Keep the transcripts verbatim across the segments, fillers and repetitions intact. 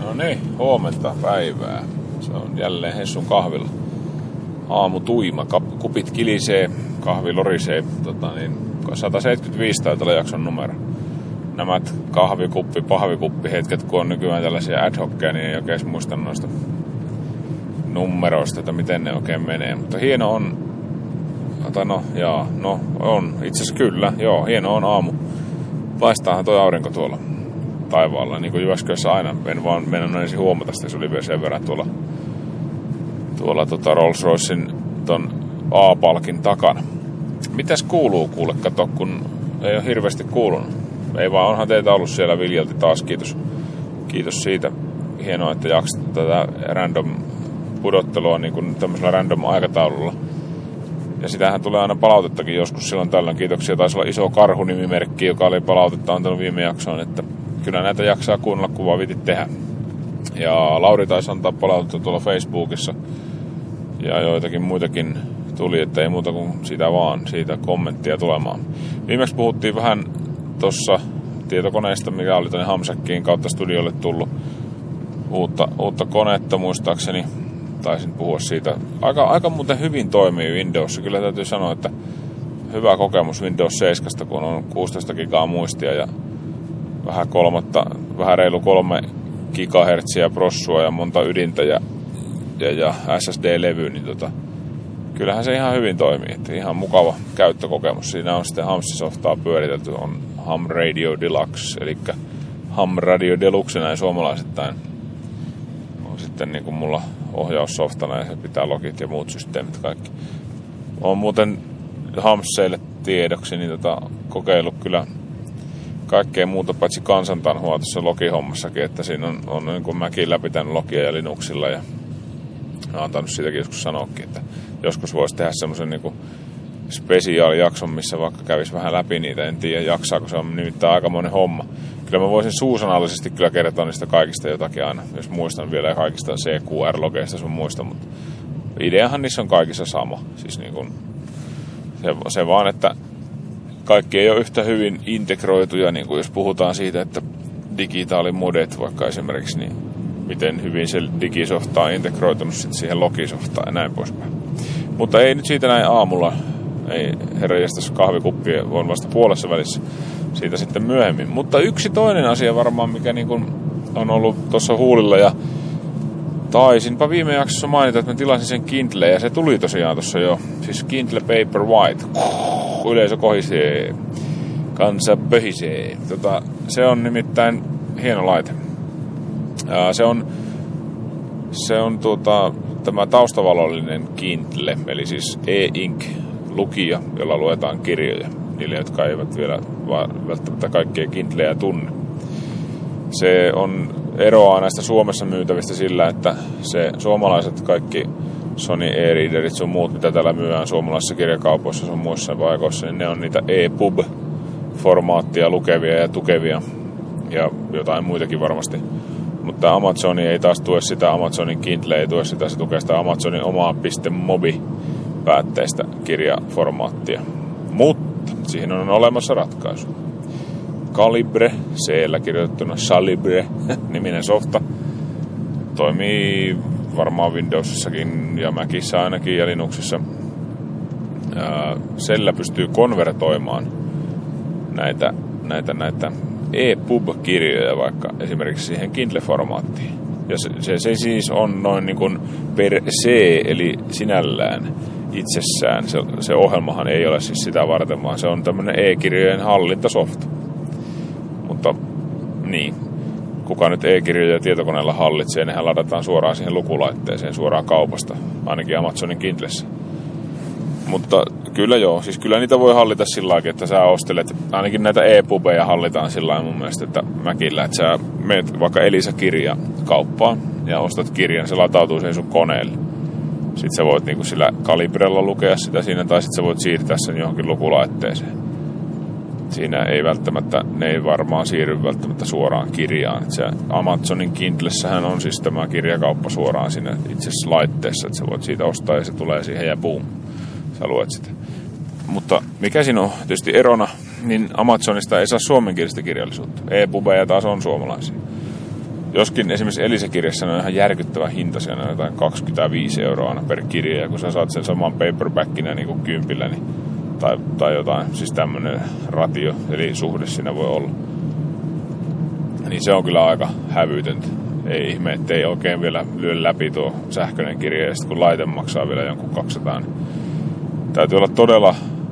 No niin, huomenta päivää. Se on jälleen Hessun kahvilla. Aamu tuima, kupit kilisee, kahvi lorisee. Tota niin, sata seitsemänkymmentäviisi taitaa olla jakson numero. Nämä kahvikuppi, pahvikuppi hetket, kun on nykyään tällaisia ad hockeja, niin ei oikein muista noista numeroista, että miten ne oikein menee. Mutta hieno on, tai no, jaa, no on, itse asiassa kyllä, joo, hieno on aamu. Paistaahan toi aurinko tuolla taivaalla, niin kuin Jyväskylässä aina. En vaan mennä ensin huomata sitä, se oli vielä sen verran tuolla, tuolla tota Rolls-Roycen ton A-palkin takana. Mitäs kuuluu kuule, kato, kun ei ole hirveästi kuulunut. Ei vaan, onhan teitä ollut siellä viljelti taas, kiitos. Kiitos siitä. Hienoa, että jaksat tätä random pudottelua niin kuin tämmöisellä random aikataululla. Ja sitähän tulee aina palautettakin joskus silloin tällöin. Kiitoksia. Taisi olla iso karhunimimerkki, joka oli palautetta antanut viime jaksoon, että kyllä näitä jaksaa kuunnella, kun vaan vitit tehdä. Ja Lauri taisi antaa palautetta tuolla Facebookissa. Ja joitakin muitakin tuli, että ei muuta kuin sitä vaan, siitä kommenttia tulemaan. Viimeksi puhuttiin vähän tuossa tietokoneesta, mikä oli tänne Hamsäkkiin kautta studiolle tullut uutta, uutta konetta muistaakseni. Taisin puhua siitä. Aika, aika muuten hyvin toimii Windows. Kyllä täytyy sanoa, että hyvä kokemus Windows seitsemän, kun on kuusitoista gigaa muistia ja vähän kolmatta, vähän reilu kolme gigahertsiä prossua ja monta ydintä ja, ja, ja S S D-levy, niin tota, kyllähän se ihan hyvin toimii. Että ihan mukava käyttökokemus. Siinä on sitten Hamsisoftaa pyöritelty, on Ham Radio Deluxe, eli Ham Radio Deluxe näin suomalaisittain. On sitten niin kuin mulla ohjaussoftana ja se pitää logit ja muut systeemit kaikki. Olen muuten Hamseille tiedoksi niin tota, kokeillut kyllä kaikkea muuta paitsi kansantanhua tuossa logihommassakin, että siinä on, on niin kuin mäkin läpitänyt logia ja Linuxilla ja olen antanut siitäkin joskus sanoakin, että joskus voisi tehdä semmoisen niin kuin spesiaalijakson, missä vaikka kävisi vähän läpi niitä, en tiedä jaksaako, se on nimittäin aikamoinen homma. Kyllä mä voisin suusanallisesti kyllä kertoa niistä kaikista jotakin aina, jos muistan vielä kaikista C Q R-logeista sun muista, mutta ideahan niissä on kaikissa sama. Siis niin kuin se, se vaan, että kaikki ei ole yhtä hyvin integroituja, niin kuin jos puhutaan siitä, että digitaalimodet vaikka esimerkiksi, niin miten hyvin se digisofta on integroitunut sitten siihen logisoftaan ja näin poispäin. Mutta ei nyt siitä näin aamulla, ei herranjestas kahvikuppi on vasta puolessa välissä. Siitä sitten myöhemmin. Mutta yksi toinen asia varmaan, mikä niin kuin on ollut tuossa huulilla ja taisinpa viime jaksossa mainita, että mä tilasin sen Kindle ja se tuli tosiaan tuossa jo. Siis Kindle Paperwhite. Yleisö kohisee. Kansa pöhisee. Tota, se on nimittäin hieno laite. Ää, se on, se on tuota, tämä taustavalollinen Kindle, eli siis e-ink-lukija, jolla luetaan kirjoja. Niille, jotka eivät vielä välttämättä kaikkia Kindleja tunne. Se on eroaa näistä Suomessa myytävistä sillä, että se suomalaiset kaikki Sony e-readerit sun muut, mitä täällä myyään suomalaisissa kirjakaupoissa sun muissa paikoissa, niin ne on niitä e-pub-formaattia lukevia ja tukevia ja jotain muitakin varmasti. Mutta Amazoni ei taas tue sitä, Amazonin Kindle ei tue sitä, se tukee sitä Amazonin omaa .mobi-päätteistä kirjaformaattia. Mutta siihen on olemassa ratkaisu. Calibre, C-llä kirjoitettuna Salibre, niminen softa. Toimii varmaan Windowsissakin ja Macissä ainakin ja Linuxissa. Sellä pystyy konvertoimaan näitä, näitä, näitä e-pub-kirjoja vaikka esimerkiksi siihen Kindle-formaattiin. Ja se, se, se siis on noin niin kuin per se, eli sinällään itsessään. Se, se ohjelmahan ei ole siis sitä varten, vaan se on tämmöinen e-kirjojen hallintasofta. Mutta niin, kuka nyt e-kirjoja tietokoneella hallitsee, nehän ladataan suoraan siihen lukulaitteeseen, suoraan kaupasta, ainakin Amazonin Kindlessä. Mutta kyllä joo, siis kyllä niitä voi hallita sillä lailla, että sä ostelet, ainakin näitä e-pubeja hallitaan sillä lailla mun mielestä, että Mäkillä, että sä menet vaikka Elisa-kirja kauppaan ja ostat kirjan, se latautuu siihen sun koneelle. Sitten sä voit niinku sillä Calibrella lukea sitä siinä, tai sitten sä voit siirtää sen johonkin lukulaitteeseen. Siinä ei välttämättä, ne ei varmaan siirry välttämättä suoraan kirjaan. Et se Amazonin Kindlessähän on siis tämä kirjakauppa suoraan siinä itse asiassa laitteessa, että sä voit siitä ostaa ja se tulee siihen ja boom, sä luet sitä. Mutta mikä siinä on tietysti erona, niin Amazonista ei saa suomenkielistä kirjallisuutta. E-pubeja taas on suomalaisia. Joskin esimerkiksi Elisa-kirjassa ne on ihan järkyttävä hinta, siellä on jotain kaksikymmentäviisi euroa aina per kirja, ja kun sä saat sen saman paperbackinä niin kuin kympillä, niin, tai, tai jotain, siis tämmönen ratio, eli suhde siinä voi olla. Niin se on kyllä aika hävytöntä. Ei ihme, ettei oikein vielä lyö läpi tuo sähköinen kirja, ja sitten kun laite maksaa vielä jonkun kaksisataa, niin täytyy olla todella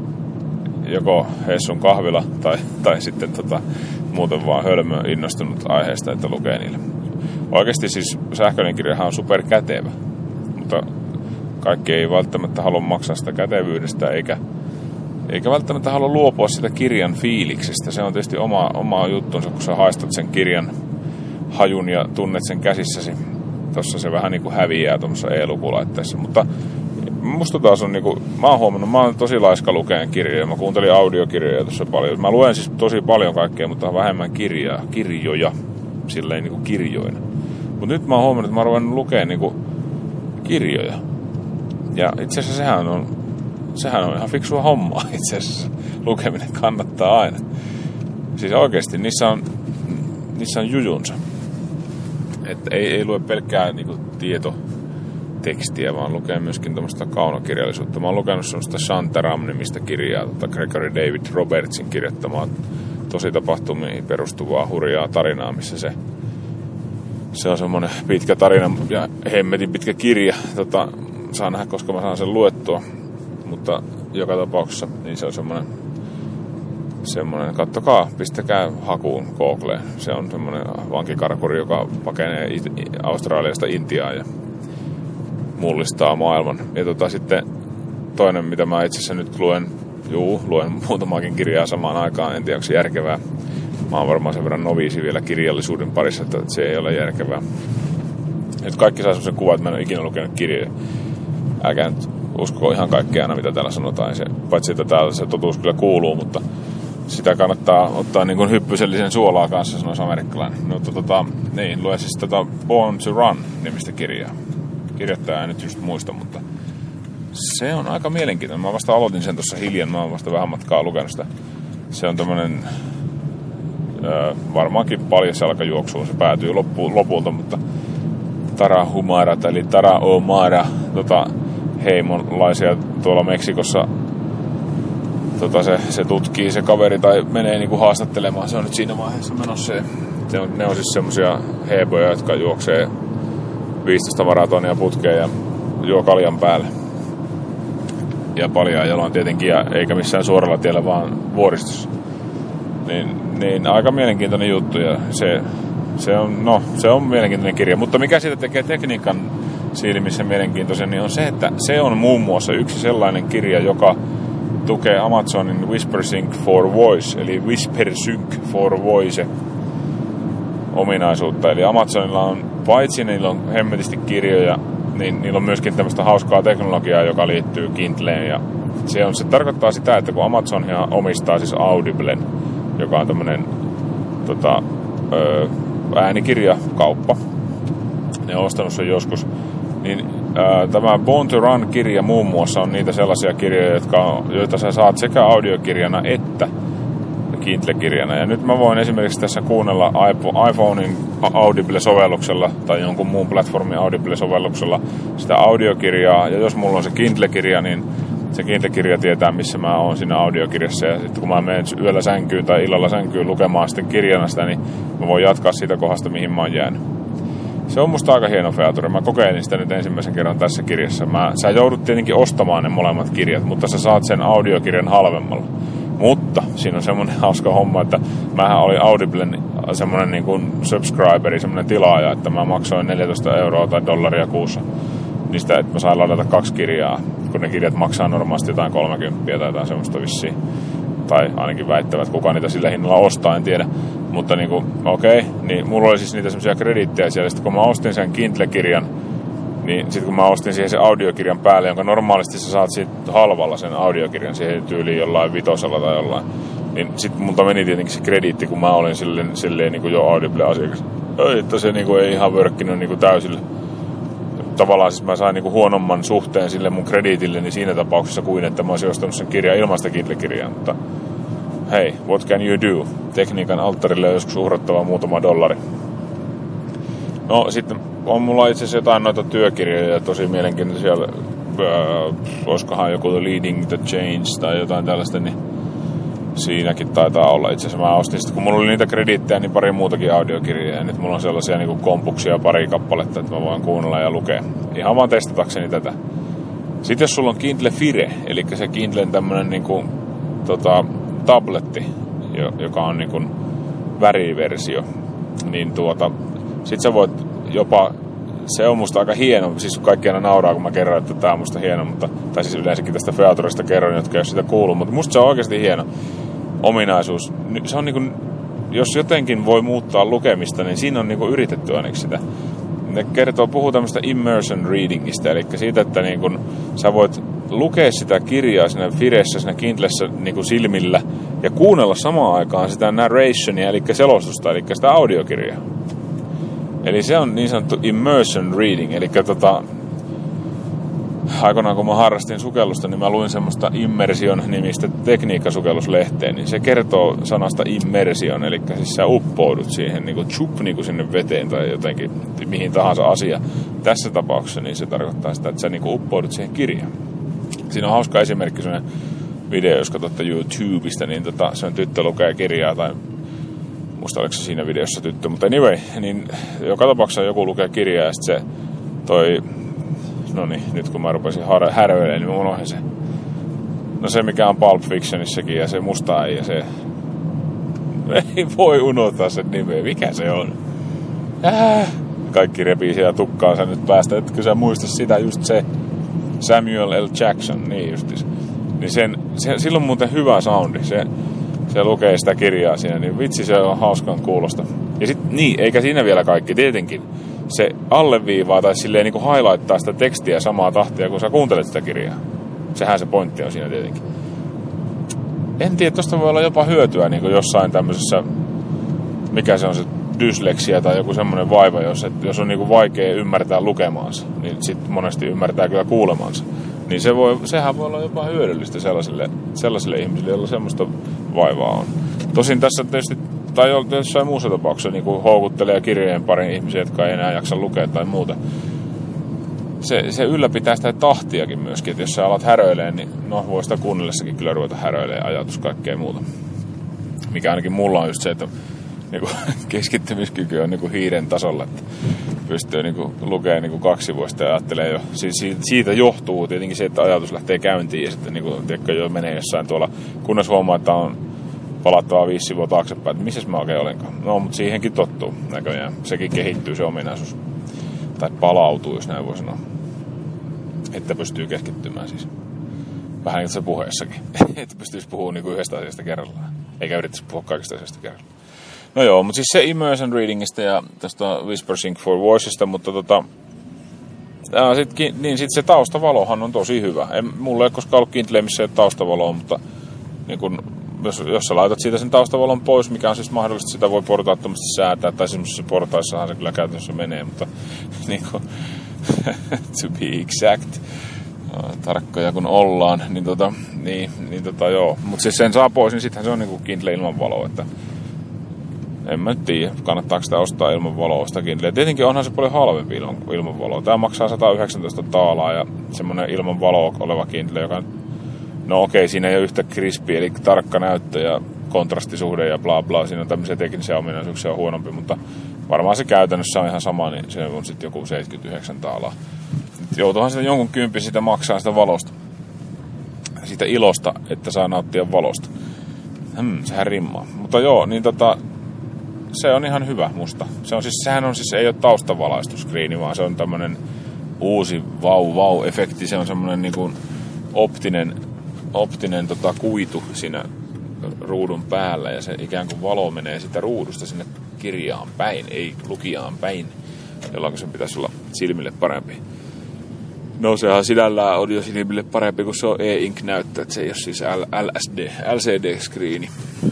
joko Hessun kahvila tai, tai sitten tota, muuten vaan hölmö innostunut aiheesta, että lukee niille. Oikeasti siis sähköinen kirjahan on superkätevä, mutta kaikki ei välttämättä halua maksaa sitä kätevyydestä, eikä, eikä välttämättä halua luopua sitä kirjan fiiliksestä. Se on tietysti oma, oma juttunsa, kun sä haistat sen kirjan hajun ja tunnet sen käsissäsi. Tossa se vähän niin kuin häviää tuossa e-lukulaitteessa, mutta musta taas on niinku, mä oon huomannut, mä oon tosi laiska lukeen kirjoja, mä kuuntelin audiokirjoja tuossa paljon. Mä luen siis tosi paljon kaikkea, mutta vähemmän kirjaa, kirjoja, silleen niinku kirjoina. Mut nyt mä oon huomannut, että mä oon ruvennut lukeen niinku kirjoja. Ja itse asiassa sehän on, sehän on ihan fiksua hommaa itse asiassa. Lukeminen kannattaa aina. Siis oikeesti, niissä on, niissä on jujunsa. Että ei, ei lue pelkkää niinku tieto tekstiä, vaan lukee myöskin tuommoista kaunokirjallisuutta. Mä oon lukenut semmoista Shantaram-nimistä kirjaa, tota Gregory David Robertsin kirjoittamaa tosi tapahtumiin perustuvaa hurjaa tarinaa, missä se, se on semmoinen pitkä tarina ja hemmetin pitkä kirja. Tota, saan nähdä, koska mä saan sen luettua, mutta joka tapauksessa niin se on semmoinen, semmoinen kattokaa, pistäkää hakuun Googleen. Se on semmoinen vankikarkuri, joka pakenee Australiasta Intiaan ja mullistaa maailman. Ja tota sitten toinen, mitä mä itse asiassa nyt luen, juu, luen muutamakin kirjaa samaan aikaan, en tiedä, onko se järkevää. Mä oon varmaan sen verran noviisi vielä kirjallisuuden parissa, että se ei ole järkevää. Nyt kaikki saa semmoisen kuvan, että mä en ole ikinä lukenut kirjoja. Älkää nyt usko ihan kaikkea aina, mitä täällä sanotaan. Se, paitsi, että täällä se totuus kyllä kuuluu, mutta sitä kannattaa ottaa niin kuin hyppysellisen suolaa kanssa, sanoisi amerikkalainen. No, tota, niin, lue siis tota Born to Run-nimistä kirjaa. Kirjoittaja en nyt just muista, mutta se on aika mielenkiintoinen. Mä vasta aloitin sen tuossa hiljan, mä oon vasta vähän matkaa lukenut sitä. Se on tämmönen ö, varmaankin paljasjalkajuoksuun se päätyy loppu, lopulta, mutta Tara Humara, eli Tara O'Mara, tota, heimonlaisia tuolla Meksikossa. Tota, se, se tutkii se kaveri tai menee niinku haastattelemaan. Se on nyt siinä vaiheessa menossa. Se on, ne on siis semmosia heeboja, jotka juoksee viisitoista maratonia putkeen ja juo kaljan päälle. Ja paljaa jaloin tietenkin, ja eikä missään suoralla tiellä, vaan vuoristossa. Niin, niin aika mielenkiintoinen juttu, ja se, se, on, no, se on mielenkiintoinen kirja. Mutta mikä siitä tekee tekniikan silmissä mielenkiintoisen, niin on se, että se on muun muassa yksi sellainen kirja, joka tukee Amazonin WhisperSync for Voice, eli WhisperSync for Voice ominaisuutta. Eli Amazonilla on, paitsi niillä on hemmetisti kirjoja, niin niillä on myöskin tämmöistä hauskaa teknologiaa, joka liittyy Kindleen. Ja se, on, se tarkoittaa sitä, että kun Amazon omistaa siis Audiblen, joka on tämmöinen tota, äänikirjakauppa, ne on ostanut sen joskus, niin ää, tämä Born to Run-kirja muun muassa on niitä sellaisia kirjoja, jotka, joita sä saat sekä audiokirjana että Kindle-kirjana. Ja nyt mä voin esimerkiksi tässä kuunnella iPhonein Audible-sovelluksella tai jonkun muun platformin Audible-sovelluksella sitä audiokirjaa. Ja jos mulla on se Kindle-kirja, niin se Kindle-kirja tietää, missä mä oon siinä audiokirjassa. Ja sitten kun mä menen yöllä sänkyyn tai illalla sänkyyn lukemaan sitten kirjana sitä, niin mä voin jatkaa siitä kohdasta, mihin mä oon jäänyt. Se on musta aika hieno feature. Mä kokeilin sitä nyt ensimmäisen kerran tässä kirjassa. Mä, sä joudut tietenkin ostamaan ne molemmat kirjat, mutta sä saat sen audiokirjan halvemmalla. Mutta siinä on semmoinen hauska homma, että mähän olin Audiblen semmoinen niin kuin subscriberi, semmoinen tilaaja, että mä maksoin neljätoista euroa tai dollaria kuussa niistä, että mä sain ladata kaksi kirjaa, kun ne kirjat maksaa normaalisti jotain kolmekymmentä tai jotain semmoista vissiin. Tai ainakin väittävät, kuka niitä sillä hinnalla ostaa, en tiedä. Mutta niin kuin, okei, okay, niin mulla oli siis niitä semmoisia krediittejä siellä. Sitten kun mä ostin sen Kindle-kirjan, niin sitten kun mä ostin siihen sen audiokirjan päälle, jonka normaalisti sä saat siitä halvalla sen audiokirjan siihen tyyliin jollain vitosella tai jollain, niin sitten multa meni tietenkin se krediitti, kun mä olin silleen, silleen niin kuin jo Audible-asiakas. Ei, että se niin kuin ei ihan vörkkinyt niin kuin täysillä. Tavallaan siis mä sain niin kuin huonomman suhteen sille mun krediitille niin siinä tapauksessa kuin, että mä olisin ostanut sen kirjan ilman sitä Kindle-kirjaa. Mutta hei, what can you do? Tekniikan alttarille on joskus uhrattava muutama dollari. No sitten on mulla itse asiassa jotain noita työkirjoja tosi mielenkiintoisia. Öö, olisikohan joku The Leading the Change tai jotain tällaista, niin siinäkin taitaa olla. Itse asiassa mä ostin sitten, kun mulla oli niitä krediittejä, niin pari muutakin audiokirjaa. Ja nyt mulla on sellaisia niin kuin kompuksia pari kappaletta, että mä voin kuunnella ja lukea. Ihan vaan testatakseni tätä. Sitten jos sulla on Kindle Fire, eli se Kindlen tämmönen niin kuin, tota, tabletti, joka on niin kuin väriversio, niin tuota, sit sä voit jopa, se on musta aika hieno, siis kaikki aina nauraa, kun mä kerron, että tää on musta hieno, mutta, tai siis yleensäkin tästä Featurista kerron, jotka ei ole sitä kuullut, mutta musta se on oikeasti hieno ominaisuus. Se on niin kuin, jos jotenkin voi muuttaa lukemista, niin siinä on niin kuin yritetty ainakin sitä. Ne kertoo, puhuu tämmöistä immersion readingista, eli siitä, että niin kun sä voit lukea sitä kirjaa siinä Firessä, siinä Kindlessä niin kun silmillä ja kuunnella samaan aikaan sitä narrationia, eli selostusta, eli sitä audiokirjaa. Eli se on niin sanottu immersion reading, eli tota, aikoinaan kun mä harrastin sukellusta, niin mä luin semmoista Immersion nimistä tekniikkasukelluslehteen, niin se kertoo sanasta immersion, eli siis sä uppoudut siihen niin kuin chup, niin kuin sinne veteen tai jotenkin mihin tahansa asia. Tässä tapauksessa niin se tarkoittaa sitä, että sä niin kuin uppoudut siihen kirjaan. Siinä on hauska esimerkki, sellainen video, jos katsotte YouTubesta, niin tota, se on tyttö lukee kirjaa, tai musta oliko se siinä videossa tyttö, mutta anyway, niin joka tapauksessa joku lukee kirjaa ja sitten se toi, no niin, nyt kun mä rupesin häröilemään, niin mä unohdin se. No se mikä on Pulp Fictionissakin ja se musta äijä, se ei voi unohtaa sen nimeä, mikä se on. Äh. Kaikki repii siellä tukkaansa nyt päästä, etkö sä muista sitä, just se Samuel L. Jackson, niin justis. Niin sen, se, sillä on muuten hyvä soundi, se, se lukee sitä kirjaa siinä, niin vitsi se on hauskan kuulosta. Ja sit niin, eikä siinä vielä kaikki, tietenkin. Se alleviivaa tai silleen niin kuin highlighttaa sitä tekstiä samaa tahtia, kun sä kuuntelet sitä kirjaa. Sehän se pointti on siinä tietenkin. En tiedä, tosta voi olla jopa hyötyä niin kuin jossain tämmöisessä, mikä se on se dysleksia tai joku semmoinen vaiva, jos, et, jos on niin kuin vaikea ymmärtää lukemaansa, niin sit monesti ymmärtää kyllä kuulemansa. Niin se voi, sehän voi olla jopa hyödyllistä sellaisille, sellaisille ihmisille, joilla semmoista vaivaa on. Tosin tässä tietysti, tai jossain muussa tapauksessa niin kuin houkuttelee kirjojen parin ihmisiä, jotka ei enää jaksa lukea tai muuta. Se, se ylläpitää sitä tahtiakin myöskin, että jos sä alat häröilemään, niin no voi sitä kuunnellessakin kyllä ruveta häröilemään ajatus kaikkea muuta. Mikä ainakin mulla on just se, että niinku, keskittymiskyky on niinku hiiren tasolla, että pystyy niinku lukemaan niinku kaksi vuotta ja ajattelee jo. Siitä, siitä johtuu tietenkin se, että ajatus lähtee käyntiin ja sitten niinku, tiedätkö, jo menee jossain tuolla, kunnes huomaa, että on palattavaa viisi sivua taaksepäin, että missäs mä oikein olenkaan. No, mutta siihenkin tottuu näköjään. Sekin kehittyy se ominaisuus. Tai palautuu, jos näin voi sanoa. Että pystyy keskittymään siis. Vähän niin kuin se puheessakin. Että pystyisi puhumaan niinku yhdestä asiasta kerrallaan. Eikä yritettäisi puhua kaikista asioista kerrallaan. No joo, mutta siis se immersion readingista ja tästä Whispersync for Voicesta, mutta tota... Ää, sit, niin sit se taustavalohan on tosi hyvä. En, mulla ei ole koskaan ollut Kindle, missä ei ole taustavaloa, mutta niin kun, jos, jos sä laitat siitä sen taustavalon pois, mikä on siis mahdollista, sitä voi portaattomasti säätää, tai semmoisessa portaissahan se kyllä käytännössä menee, mutta niin kun, to be exact, tarkkoja kun ollaan, niin tota, niin, niin tota joo. Mutta siis sen saa pois, niin sittenhän se on niinku Kindle ilman valoa, että en mä nyt tiedä, kannattaako sitä ostaa ilman valoa sitä Kindleä. Tietenkin onhan se paljon halvempi ilman, ilman valoa. Tää maksaa sata yhdeksäntoista taalaa ja semmonen ilman valoa oleva Kindle, joka no okei, siinä ei ole yhtä crispy, eli tarkka näyttö ja kontrastisuhde ja bla bla. Siinä on tämmöisiä teknisiä ominaisuuksia on huonompi, mutta varmaan se käytännössä on ihan sama, niin se on sitten joku seitsemänkymmentäyhdeksän taalaa. Joutuuhan sitä jonkun kympin sitä maksaa sitä valosta. Siitä ilosta, että saa nauttia valosta. Hmm, sehän rimmaa. Mutta joo, niin tota... Se on ihan hyvä musta. Se on siis, sehän on siis, ei ole taustavalaistuskriini, vaan se on tämmönen uusi vau-vau-efekti. Se on semmonen niinku optinen, optinen tota, kuitu siinä ruudun päällä ja se ikään kuin valo menee sitä ruudusta sinne kirjaan päin, ei lukijaan päin, jolloin se pitäisi olla silmille parempi. No sehän sinällään on jo silmille parempi, kun se on e-ink-näyttö, että se ei ole siis L S D, L C D-skriini.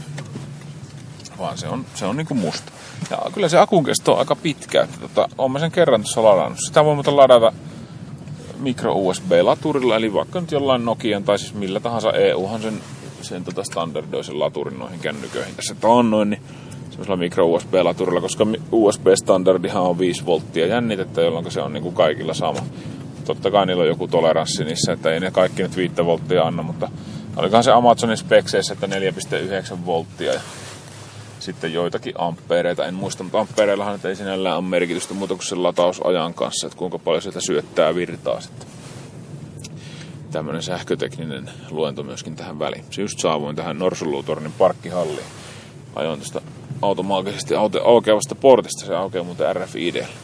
Vaan se on, se on niinku musta. Ja kyllä se akun kesto on aika pitkä. Että tota, oon mä sen kerran tuossa ladannut. Sitä voi muuten ladata micro-U S B-laturilla, eli vaikka nyt jollain Nokian tai siis millä tahansa E Uhan sen, sen tota standardoi sen laturin noihin kännyköihin tässä taannoin, niin semmoisella micro-U S B-laturilla, koska U S B-standardihan on viisi volttia jännitettä, jolloin se on niin kuin kaikilla sama. Totta kai niillä on joku toleranssi niissä, että ei ne kaikki nyt viisi volttia anna, mutta olikohan se Amazonin spekseissä, että neljä pilkku yhdeksän volttia ja sitten joitakin ampeereita, en muista, mutta ampeereillahan nyt ei sinällään ole merkitystä muuta kuin sen latausajan kanssa, että kuinka paljon sieltä syöttää virtaa sitten. Tämmöinen sähkötekninen luento myöskin tähän väliin. Se just saavuin tähän Norsunluutornin parkkihalliin. Ajoin tästä automaagisesti aukeavasta portista, se aukeaa muuten R F I D:llä,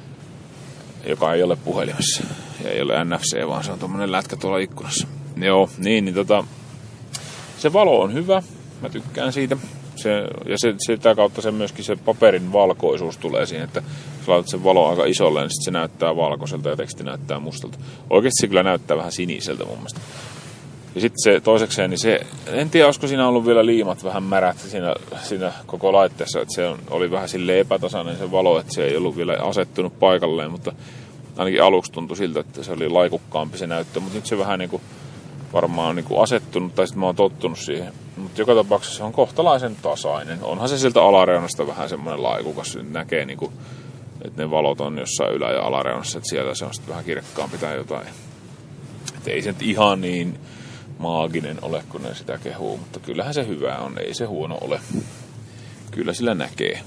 joka ei ole puhelimessa ja ei ole N F C, vaan se on tommonen lätkä tuolla ikkunassa. Joo, niin, niin tota, se valo on hyvä, mä tykkään siitä. Se, ja se, sitä kautta se myöskin se paperin valkoisuus tulee siihen, että jos laitat sen valo aika isolle, niin sit se näyttää valkoiselta ja teksti näyttää mustalta. Oikeasti se kyllä näyttää vähän siniseltä mun mielestä. Ja sitten se toisekseen, niin se, en tiedä, olisiko siinä ollut vielä liimat vähän märät siinä, siinä koko laitteessa, että se on, oli vähän silleen epätasainen se valo, että se ei ollut vielä asettunut paikalleen, mutta ainakin aluksi tuntui siltä, että se oli laikukkaampi se näyttö, mutta nyt se vähän niin kuin varmaan on niin kuin asettunut, tai sitten mä oon tottunut siihen. Mutta joka tapauksessa se on kohtalaisen tasainen. Onhan se siltä alareunasta vähän semmoinen laikukas, että näkee niin kuin, että ne valot on jossain ylä- ja alareunassa, että siellä se on sitten vähän kirkkaampi tai jotain. Että ei se nyt ihan niin maaginen ole, kun ne sitä kehuu, mutta kyllähän se hyvä on, ei se huono ole. Kyllä sillä näkee.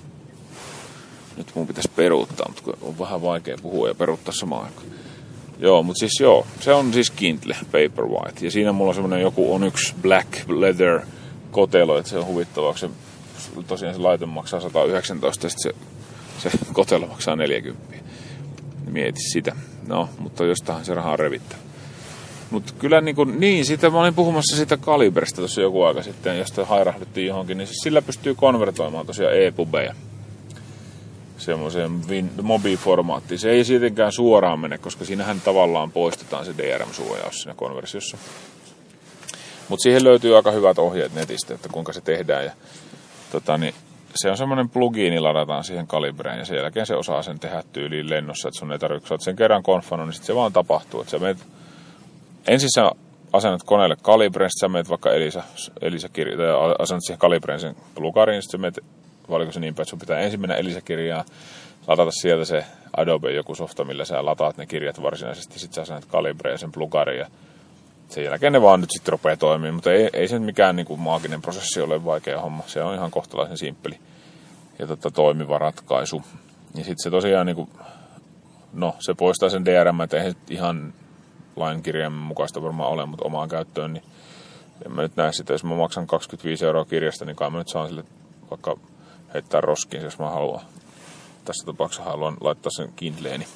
Nyt mun pitäisi peruuttaa, mutta on vähän vaikea puhua ja peruuttaa samaan aikaan. Joo, mutta siis joo, se on siis Kindle Paperwhite. Ja siinä mulla on semmonen joku on yksi black leather kotelo, että se on huvittavaa, se, tosiaan se laite maksaa sata yhdeksäntoista ja sitten se, se kotelo maksaa neljäkymmentä. Mieti sitä. No, mutta jostahan se rahaa revittää. Mutta kyllä niin, kuin, niin sitä mä olin puhumassa siitä Kalibresta tuossa joku aika sitten, josta hairahdettiin johonkin, niin siis sillä pystyy konvertoimaan tosiaan e-pubeja semmoiseen mobi-formaattiin. Se ei sittenkään suoraan mene, koska siinähän tavallaan poistetaan se D R M-suojaus siinä konversiossa. Mutta siihen löytyy aika hyvät ohjeet netistä, että kuinka se tehdään. Ja, tota, niin, se on semmoinen plugini, ladataan siihen Kalibreen ja sen jälkeen se osaa sen tehdä tyyliin lennossa, että sun ei tarvitse, kun sä oot sen kerran konfannut, niin sitten se vaan tapahtuu. Että sä meet, ensin sä asennat koneelle Kalibreen, sitten sä meet vaikka Elisa, Elisa kirja, tai asennat siihen Kalibreen sen plugariin, sitten sä meet, valiko se niin päin, että sun pitää ensin mennä Elisa-kirjaan, latata sieltä se Adobe joku softa, millä sä lataat ne kirjat varsinaisesti, sitten sä asennat Kalibreen ja sen plugariin, ja sen jälkeen ne vaan nyt sitten rupeaa toimimaan, mutta ei, ei se mikään niin kuin maaginen prosessi ole vaikea homma, se on ihan kohtalaisen simppeli ja tota, toimiva ratkaisu. Ja sitten se tosiaan, niin kuin, no se poistaa sen D R M, että eihän ihan lainkirjaimen mukaista varmaan ole, mutta omaan käyttöön, niin en mä nyt näe sitä, jos mä maksan kaksikymmentäviisi euroa kirjasta, niin kai mä nyt saan sille vaikka heittää roskiin, jos mä haluan. Tässä tapauksessa haluan laittaa sen Kindleeni.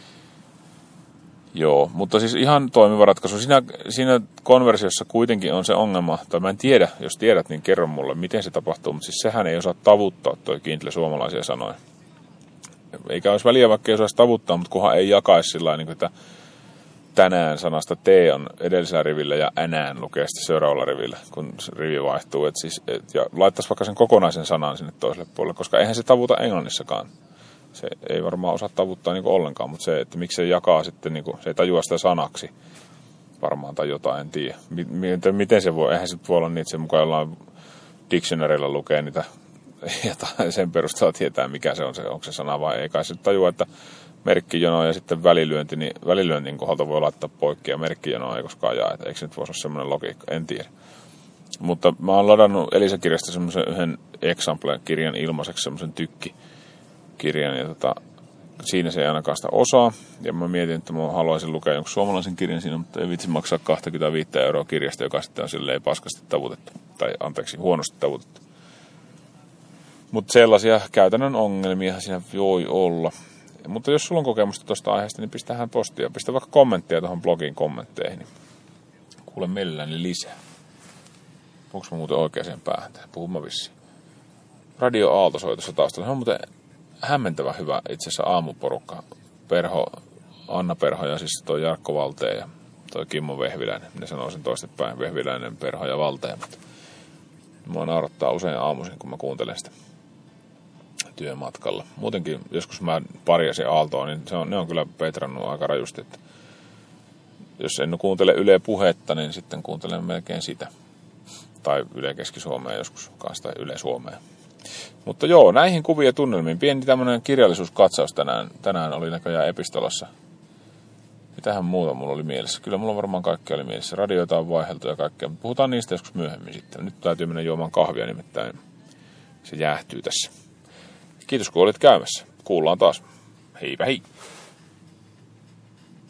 Joo, mutta siis ihan toimiva ratkaisu. Siinä, siinä konversiossa kuitenkin on se ongelma, tai mä en tiedä, jos tiedät, niin kerro mulle, miten se tapahtuu, mutta siis sehän ei osaa tavuttaa toi Kindle suomalaisia sanoja. Eikä olisi väliä, vaikka ei osaisi tavuttaa, mutta kunhan ei jakaisi sillä tavalla, että tänään sanasta T on edellisellä rivillä ja änään lukee sitten seuraavalla rivillä, kun rivi vaihtuu. Et siis, et, ja laittaisi vaikka sen kokonaisen sanan sinne toiselle puolelle, koska eihän se tavuta englannissakaan. Se ei varmaan osaa tavuttaa niinku ollenkaan, mutta se, että miksi se jakaa sitten, niinku, se ei tajua sitä sanaksi varmaan tai jotain, en tiedä. Miten, miten se voi, eihän se voi olla niin, että se mukaan jollain dictionarylla lukee niitä, ja sen perusteella tietää, mikä se on, se, onko se sana vai ei. Kai se tajua, että merkkijono ja sitten välilyönti, niin välilyöntin kohdalta voi laittaa poikki ja merkkijonoa ei koskaan jaa, eikö se nyt voisi olla semmoinen logiikka, en tiedä. Mutta mä oon ladannut Elisa-kirjasta semmoisen yhden Example-kirjan ilmaiseksi, semmoisen tykkikirjan, ja tota, siinä se ei ainakaan sitä osaa, ja mä mietin, että mä haluaisin lukea jonkun suomalaisen kirjan siinä, mutta ei vitsi maksaa kaksikymmentäviisi euroa kirjasta, joka sitten on silleen paskasti tavutettu, tai anteeksi, huonosti tavutettu. Mutta sellaisia käytännön ongelmia siinä voi olla. Mutta jos sulla on kokemusta tuosta aiheesta, niin pistähän postia. Pistä vaikka kommentteja tuohon blogin kommentteihin. Niin kuule mielelläni lisää. Onko mä muuten oikeaan päähän? Puhun mä vissiin. Radio Aalto soi tuossa taustalla. Se on muuten hämmentävän hyvä itse asiassa aamuporukka. Perho, Anna Perho ja siis toi Jarkko Valteen ja toi Kimmo Vehviläinen. Minä sanoin sen toistepäin. Vehviläinen, Perho ja Valteen. Mutta mua naurattaa usein aamuisin, kun mä kuuntelen sitä työmatkalla. Muutenkin joskus mä parjasin Aaltoa, niin se on, ne on kyllä petrannut aika rajusti. Että jos en kuuntele Yle Puhetta, niin sitten kuuntelen melkein sitä. Tai Yle Keski-Suomea joskus kanssa, tai Yle Suomea. Mutta joo, näihin kuviin ja tunnelmiin. Pieni tämmönen kirjallisuuskatsaus tänään, tänään oli näköjään Epistolassa. Mitähän muuta mulla oli mielessä? Kyllä mulla varmaan kaikkea oli mielessä. Radioita on vaihdeltu ja kaikkea, mutta puhutaan niistä joskus myöhemmin sitten. Nyt täytyy mennä juomaan kahvia, nimittäin se jäähtyy tässä. Kiitos kun olit käymässä. Kuullaan taas. Heipä hei!